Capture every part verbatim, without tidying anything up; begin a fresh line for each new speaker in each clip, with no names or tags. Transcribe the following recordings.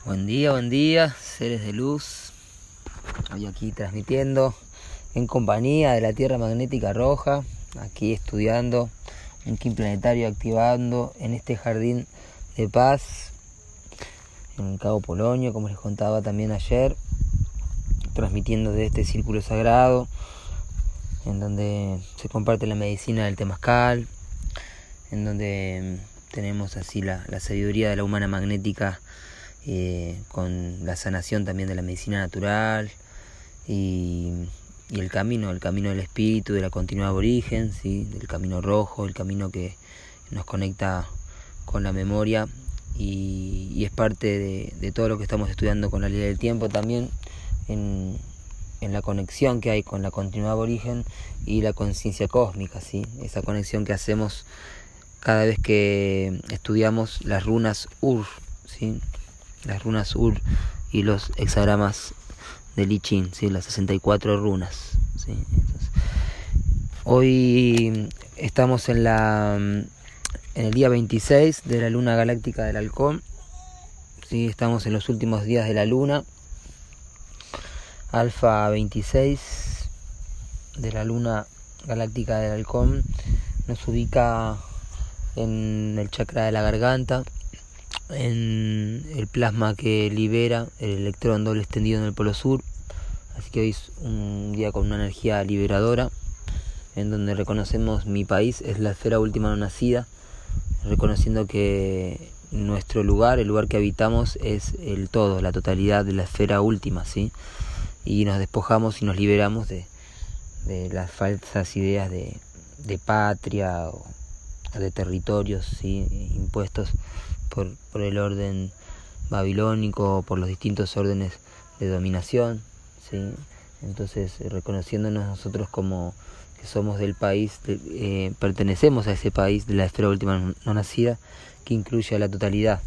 Buen día, buen día, seres de luz. Hoy aquí transmitiendo en compañía de la Tierra Magnética Roja, aquí estudiando un Kim planetario, activando en este jardín de paz en el Cabo Polonio, como les contaba también ayer, transmitiendo de este círculo sagrado en donde se comparte la medicina del temazcal, en donde tenemos así la, la sabiduría de la humana magnética, Eh, con la sanación también de la medicina natural y, y el camino, el camino del espíritu, de la continua aborigen, ¿sí? Del camino rojo, el camino que nos conecta con la memoria y, y es parte de, de todo lo que estamos estudiando con la ley del tiempo también, en, en la conexión que hay con la continua aborigen y la conciencia cósmica, ¿sí? Esa conexión que hacemos cada vez que estudiamos las runas Ur, ¿sí? Las runas Ur y los hexagramas de I Ching, ¿sí? Las sesenta y cuatro runas, ¿sí? Entonces, hoy estamos en la en el día veintiséis de la luna galáctica del Halcón, ¿sí? Estamos en los últimos días de la luna, alfa veintiséis de la luna galáctica del Halcón, nos ubica en el chakra de la garganta, en el plasma que libera el electrón doble extendido en el polo sur. Así que hoy es un día con una energía liberadora, en donde reconocemos mi país es la esfera última no nacida, reconociendo que nuestro lugar, el lugar que habitamos, es el todo, la totalidad de la esfera última, ¿sí? Y nos despojamos y nos liberamos de, de las falsas ideas de, de patria o de territorios, ¿sí? Impuestos por, por el orden babilónico, por los distintos órdenes de dominación, ¿sí? Entonces, reconociéndonos nosotros como que somos del país, de, eh, pertenecemos a ese país de la esfera última no nacida, que incluye a la totalidad.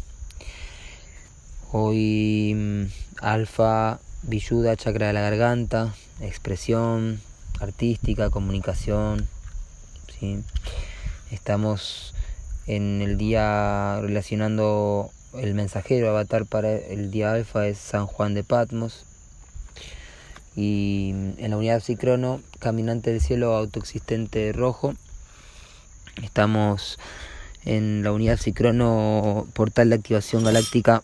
Hoy, alfa, Vishuddha, chakra de la garganta, expresión artística, comunicación, ¿sí? Estamos en el día relacionando el mensajero avatar para el día alfa es San Juan de Patmos, y en la unidad psicrono, caminante del cielo autoexistente rojo, estamos en la unidad psicrono, portal de activación galáctica.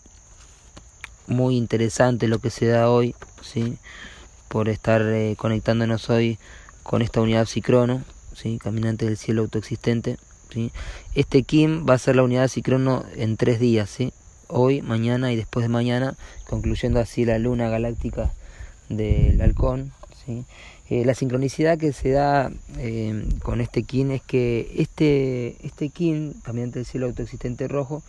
Muy interesante lo que se da hoy, ¿sí? Por estar eh, conectándonos hoy con esta unidad psicrono, ¿sí? Caminante del cielo autoexistente, ¿sí? Este Kim va a ser la unidad psicrono en tres días, ¿sí? Hoy, mañana y después de mañana, concluyendo así la luna galáctica del Halcón, ¿sí? Eh, la sincronicidad que se da eh, con este Kim es que este, este Kim, caminante del cielo autoexistente rojo,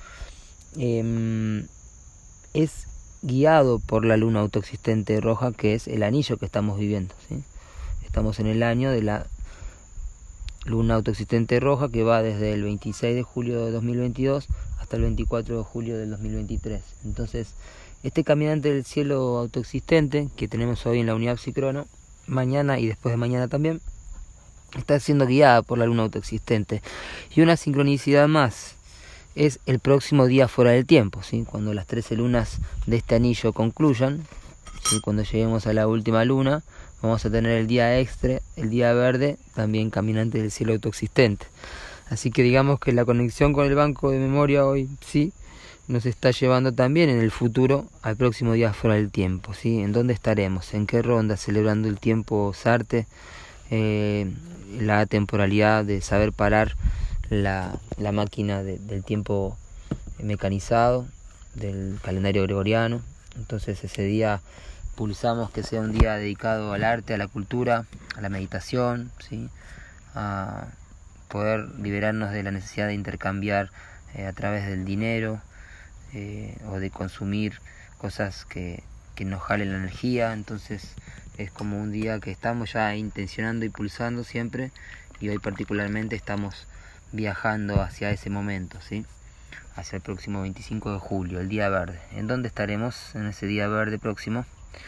eh, es guiado por la luna autoexistente roja, que es el anillo que estamos viviendo, ¿sí? Estamos en el año de la luna autoexistente roja, que va desde el veintiséis de julio de dos mil veintidós hasta el veinticuatro de julio del dos mil veintitrés. Entonces, este caminante del cielo autoexistente que tenemos hoy en la unidad psicrono, mañana y después de mañana también, está siendo guiada por la luna autoexistente. Y una sincronicidad más es el próximo día fuera del tiempo, ¿sí? Cuando las trece lunas de este anillo concluyan, ¿sí? Cuando lleguemos a la última luna, vamos a tener el día extra, el día verde, también caminante del cielo autoexistente. Así que digamos que la conexión con el banco de memoria hoy, sí, nos está llevando también en el futuro al próximo día fuera del tiempo, ¿sí? ¿En dónde estaremos? ¿En qué ronda? Celebrando el tiempo Sarte, eh, la temporalidad de saber parar la, la máquina de, del tiempo mecanizado, del calendario gregoriano. Entonces ese día pulsamos que sea un día dedicado al arte, a la cultura, a la meditación, ¿sí? A poder liberarnos de la necesidad de intercambiar eh, a través del dinero, eh, o de consumir cosas que, que nos jalen la energía. Entonces es como un día que estamos ya intencionando y pulsando siempre, y hoy particularmente estamos viajando hacia ese momento, ¿sí? Hacia el próximo veinticinco de julio, el día verde. ¿En dónde estaremos en ese día verde próximo?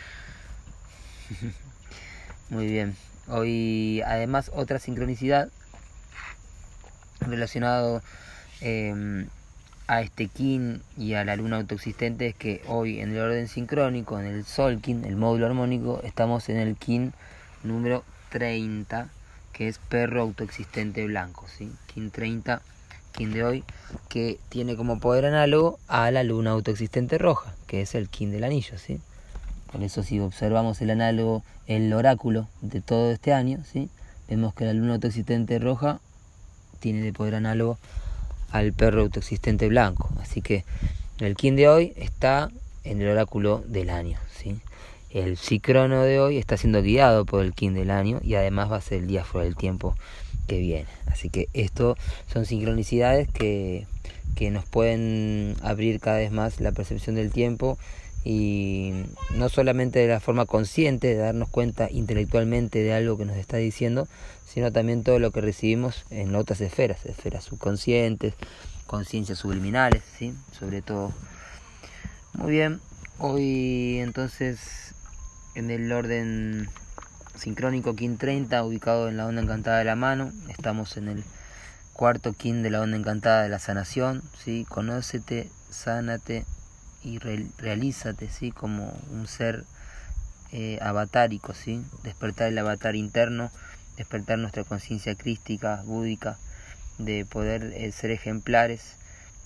Muy bien. Hoy además otra sincronicidad relacionado eh, a este kin y a la luna autoexistente es que hoy en el orden sincrónico, en el Sol kin, el módulo armónico, estamos en el kin número treinta, que es perro autoexistente blanco, ¿sí? Kin treinta, kin de hoy, que tiene como poder análogo a la luna autoexistente roja, que es el kin del anillo, ¿sí? Por eso si observamos el análogo, el oráculo de todo este año, ¿sí? Vemos que la luna autoexistente roja tiene de poder análogo al perro autoexistente blanco. Así que el kin de hoy está en el oráculo del año, ¿sí? El psicrono de hoy está siendo guiado por el kin del año y además va a ser el día fuera del tiempo que viene. Así que esto son sincronicidades que, que nos pueden abrir cada vez más la percepción del tiempo, y no solamente de la forma consciente de darnos cuenta intelectualmente de algo que nos está diciendo, sino también todo lo que recibimos en otras esferas, esferas subconscientes, conciencias subliminales, ¿sí? Sobre todo. Muy bien, hoy entonces en el orden sincrónico kin treinta, ubicado en la onda encantada de la mano, estamos en el cuarto kin de la onda encantada de la sanación, ¿sí? Conócete, sánate y re- realízate, ¿sí? Como un ser eh, avatárico, ¿sí? Despertar el avatar interno, despertar nuestra conciencia crística, búdica, de poder eh, ser ejemplares,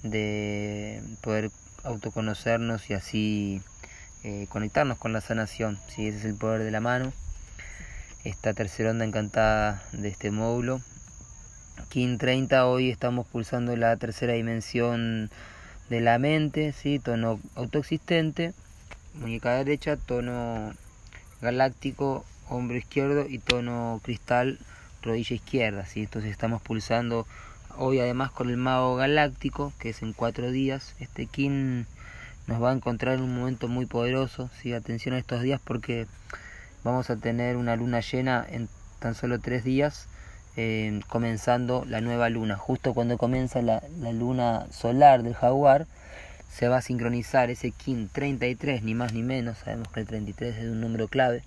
de poder autoconocernos y así eh, conectarnos con la sanación, ¿sí? Ese es el poder de la mano, esta tercera onda encantada de este módulo. kin treinta, hoy estamos pulsando la tercera dimensión de la mente, ¿sí? Tono autoexistente, muñeca derecha, tono galáctico, hombro izquierdo, y tono cristal, rodilla izquierda, ¿sí? Entonces estamos pulsando hoy además con el mago galáctico, que es en cuatro días. Este kin nos va a encontrar en un momento muy poderoso, ¿sí? Atención a estos días porque vamos a tener una luna llena en tan solo tres días, Eh, comenzando la nueva luna. Justo cuando comienza la, la luna solar del jaguar, se va a sincronizar ese kin treinta y tres, ni más ni menos. Sabemos que el treinta y tres es un número clave.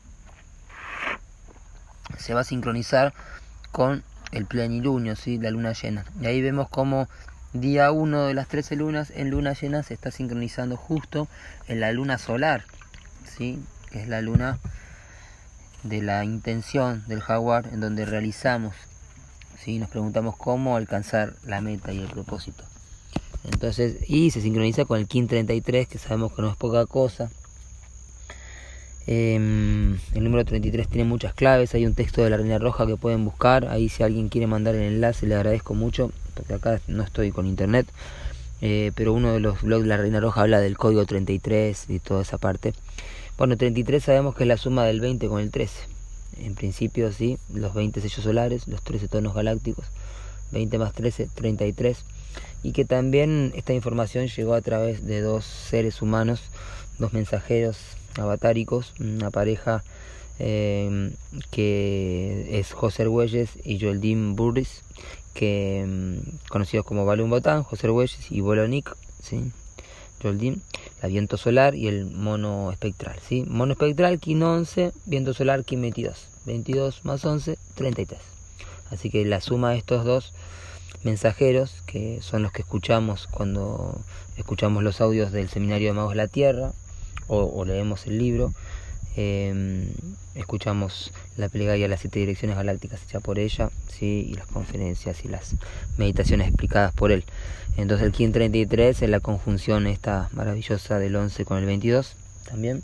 Se va a sincronizar con el plenilunio, ¿sí? La luna llena. Y ahí vemos como día uno de las trece lunas en luna llena se está sincronizando justo en la luna solar, ¿sí? Que es la luna de la intención del jaguar, en donde realizamos, ¿sí? Nos preguntamos cómo alcanzar la meta y el propósito. Entonces, y se sincroniza con el kin treinta y tres, que sabemos que no es poca cosa. Eh, el número treinta y tres tiene muchas claves. Hay un texto de la Reina Roja que pueden buscar. Ahí si alguien quiere mandar el enlace, le agradezco mucho, porque acá no estoy con internet. Eh, pero uno de los blogs de la Reina Roja habla del código treinta y tres y toda esa parte. Bueno, treinta y tres sabemos que es la suma del veinte con el trece. En principio, sí, los veinte sellos solares, los trece tonos galácticos, veinte más trece, treinta y tres. Y que también esta información llegó a través de dos seres humanos, dos mensajeros avatáricos, una pareja eh, que es José Argüelles y Joeldin Burris, que mm, conocidos como Balún Botán, José Argüelles y Bolonic, ¿sí? Joeldin, la viento solar y el mono espectral, ¿sí? Mono espectral, kin once, viento solar, kin veintidós. veintidós más once, treinta y tres. Así que la suma de estos dos mensajeros, que son los que escuchamos cuando escuchamos los audios del Seminario de Magos de la Tierra, o, o leemos el libro, eh, escuchamos la plegaria a las siete direcciones galácticas hecha por ella, ¿sí? Y las conferencias y las meditaciones explicadas por él. Entonces el kin treinta y tres es la conjunción esta maravillosa del once con el veintidós también.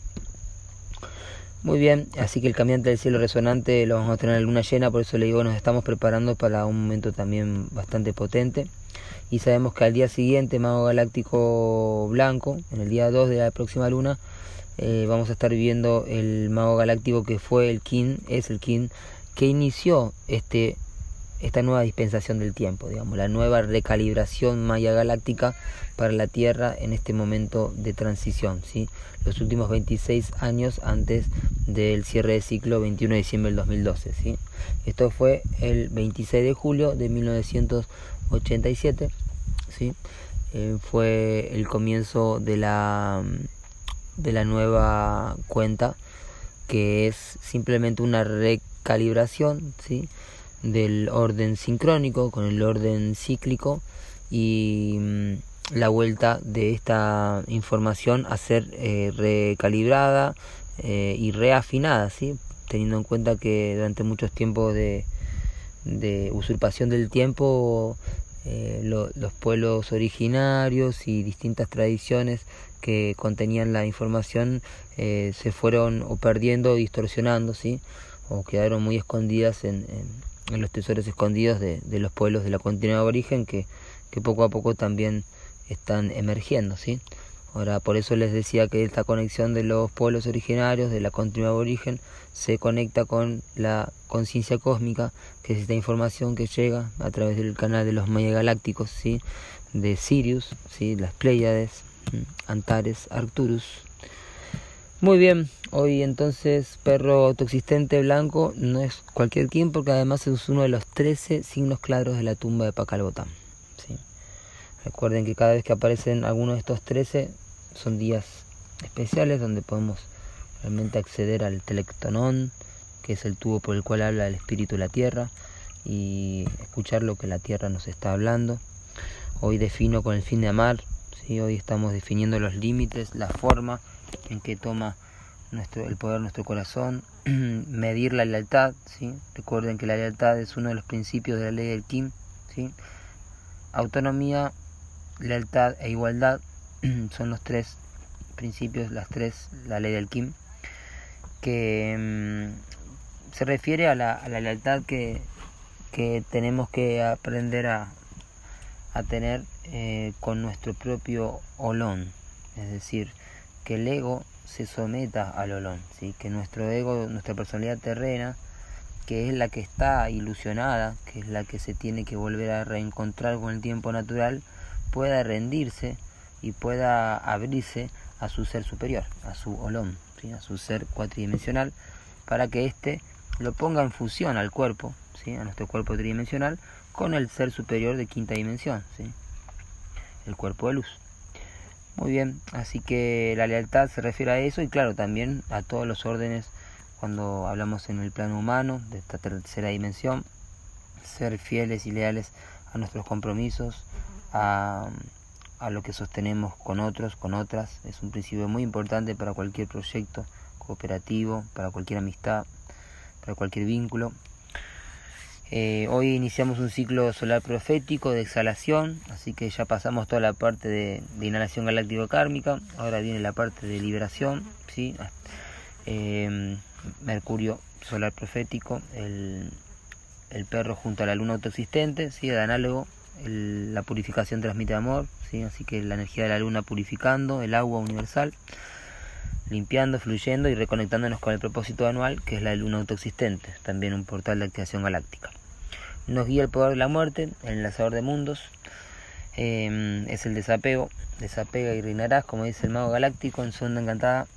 Muy bien, así que el Caminante del Cielo Resonante lo vamos a tener en luna llena, por eso le digo, nos estamos preparando para un momento también bastante potente. Y sabemos que al día siguiente, Mago Galáctico Blanco, en el día dos de la próxima luna, eh, vamos a estar viviendo el Mago Galáctico que fue el kin, es el kin que inició este esta nueva dispensación del tiempo, digamos, la nueva recalibración maya galáctica para la Tierra en este momento de transición, ¿sí? Los últimos veintiséis años antes del cierre de ciclo, veintiuno de diciembre del dos mil doce, ¿sí? Esto fue el veintiséis de julio de mil novecientos ochenta y siete, ¿sí? Eh, fue el comienzo de la, de la nueva cuenta, que es simplemente una recalibración, ¿sí? Del orden sincrónico con el orden cíclico, y la vuelta de esta información a ser eh, recalibrada eh, y reafinada, ¿sí? Teniendo en cuenta que durante muchos tiempos de, de usurpación del tiempo, eh, lo, los pueblos originarios y distintas tradiciones que contenían la información eh, se fueron o perdiendo o distorsionando, ¿sí? O quedaron muy escondidas en, en, en los tesoros escondidos de, de los pueblos de la continuidad de origen que, que poco a poco también están emergiendo, ¿sí? Ahora, por eso les decía que esta conexión de los pueblos originarios, de la continuidad de origen, se conecta con la conciencia cósmica, que es esta información que llega a través del canal de los megagalácticos, ¿sí? De Sirius, ¿sí? Las Pléyades, Antares, Arcturus. Muy bien, hoy entonces perro autoexistente blanco no es cualquier quien, porque además es uno de los trece signos claros de la tumba de Pacalbotán, ¿sí? Recuerden que cada vez que aparecen algunos de estos trece son días especiales donde podemos realmente acceder al telectonón, que es el tubo por el cual habla el espíritu de la tierra, y escuchar lo que la tierra nos está hablando. Hoy defino con el fin de amar, ¿sí? Hoy estamos definiendo los límites, la forma en que toma nuestro, el poder nuestro corazón, medir la lealtad, ¿sí? Recuerden que la lealtad es uno de los principios de la ley del Kim, ¿sí? Autonomía, lealtad e igualdad son los tres principios, las tres, la ley del Kim, que mmm, se refiere a la, a la lealtad que, que tenemos que aprender a, a tener eh, con nuestro propio olón, es decir, que el ego se someta al olón, ¿sí? Que nuestro ego, nuestra personalidad terrena, que es la que está ilusionada, que es la que se tiene que volver a reencontrar con el tiempo natural, pueda rendirse y pueda abrirse a su ser superior, a su olón, ¿sí? A su ser cuatridimensional, para que éste lo ponga en fusión al cuerpo, ¿sí? A nuestro cuerpo tridimensional, con el ser superior de quinta dimensión, ¿sí? El cuerpo de luz. Muy bien, así que la lealtad se refiere a eso, y claro, también a todos los órdenes cuando hablamos en el plano humano, de esta tercera dimensión, ser fieles y leales a nuestros compromisos, a, a lo que sostenemos con otros, con otras. Es un principio muy importante para cualquier proyecto cooperativo, para cualquier amistad, para cualquier vínculo. Eh, hoy iniciamos un ciclo solar profético de exhalación, así que ya pasamos toda la parte de, de inhalación galáctico-kármica. Ahora viene la parte de liberación, ¿sí? Eh, Mercurio solar profético, el, el perro junto a la luna autoexistente, ¿sí? El análogo, el, la purificación transmite amor, ¿sí? Así que la energía de la luna purificando, el agua universal, limpiando, fluyendo y reconectándonos con el propósito anual, que es la luna autoexistente, también un portal de activación galáctica. Nos guía el poder de la muerte, el enlazador de mundos, eh, es el desapego, desapega y reinarás, como dice el mago galáctico en su onda encantada.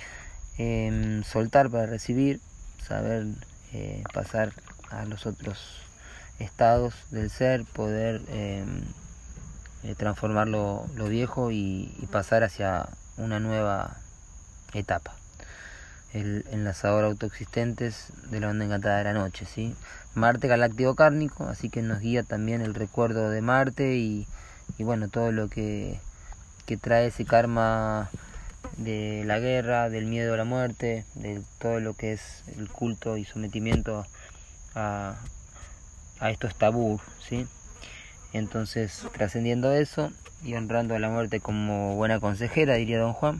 Eh, soltar para recibir, saber eh, pasar a los otros estados del ser, poder eh, eh, transformar lo, lo viejo y, y pasar hacia una nueva etapa. El enlazador autoexistentes de la onda encantada de la noche, ¿sí? Marte galáctico kármico, así que nos guía también el recuerdo de Marte y, y bueno, todo lo que, que trae ese karma de la guerra, del miedo a la muerte, de todo lo que es el culto y sometimiento a, a estos tabús, ¿sí? Entonces, trascendiendo eso y honrando a la muerte como buena consejera, diría Don Juan,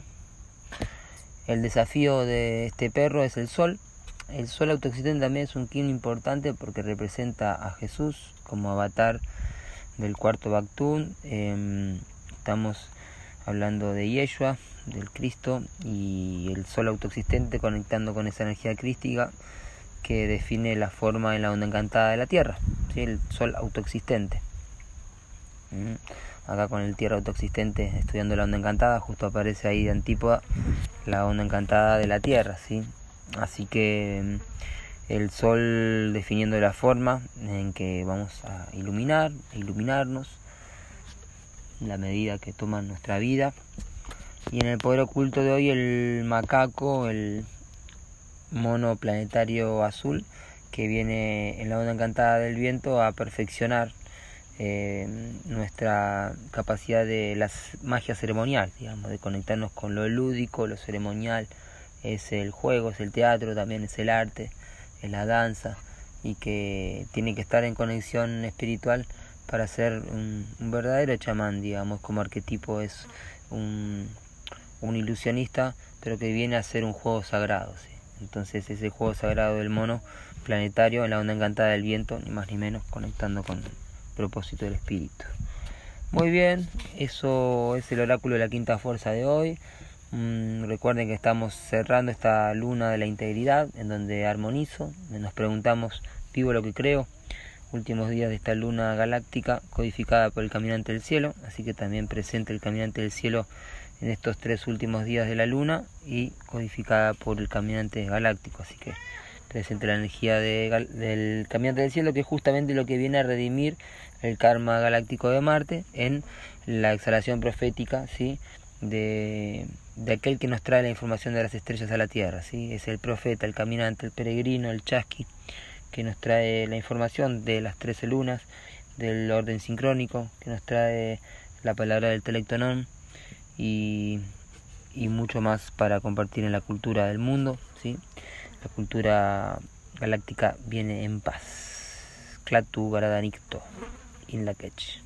el desafío de este perro es el sol. El sol autoexistente también es un kin importante porque representa a Jesús como avatar del cuarto Bactún. Eh, estamos hablando de Yeshua, del Cristo, y el sol autoexistente conectando con esa energía crística que define la forma en la onda encantada de la Tierra, ¿sí? El sol autoexistente. ¿Mm? Acá con el tierra autoexistente estudiando la onda encantada, justo aparece ahí de antípoda la onda encantada de la Tierra, ¿sí? Así que el sol definiendo la forma en que vamos a iluminar, iluminarnos, la medida que toma nuestra vida. Y en el poder oculto de hoy el macaco, el mono planetario azul, que viene en la onda encantada del viento a perfeccionar eh, nuestra capacidad de la magia ceremonial, digamos, de conectarnos con lo lúdico, lo ceremonial, es el juego, es el teatro, también es el arte, es la danza, y que tiene que estar en conexión espiritual para ser un, un verdadero chamán, digamos, como arquetipo es un, un ilusionista, pero que viene a ser un juego sagrado, ¿sí? Entonces ese juego sagrado del mono planetario en la onda encantada del viento, ni más ni menos, conectando con el propósito del espíritu. Muy bien, eso es el oráculo de la quinta fuerza de hoy. Mm, recuerden que estamos cerrando esta luna de la integridad, en donde armonizo, donde nos preguntamos, ¿vivo lo que creo? Últimos días de esta luna galáctica codificada por el caminante del cielo, así que también presente el caminante del cielo en estos tres últimos días de la luna y codificada por el caminante galáctico, así que presente la energía de, del caminante del cielo, que es justamente lo que viene a redimir el karma galáctico de Marte en la exhalación profética, ¿sí? de, de aquel que nos trae la información de las estrellas a la Tierra, ¿sí? Es el profeta, el caminante, el peregrino, el chasqui, que nos trae la información de las trece lunas, del orden sincrónico, que nos trae la palabra del telectonón y, y mucho más para compartir en la cultura del mundo, ¿sí? La cultura galáctica viene en paz. Clatu Garadanicto, in la quech.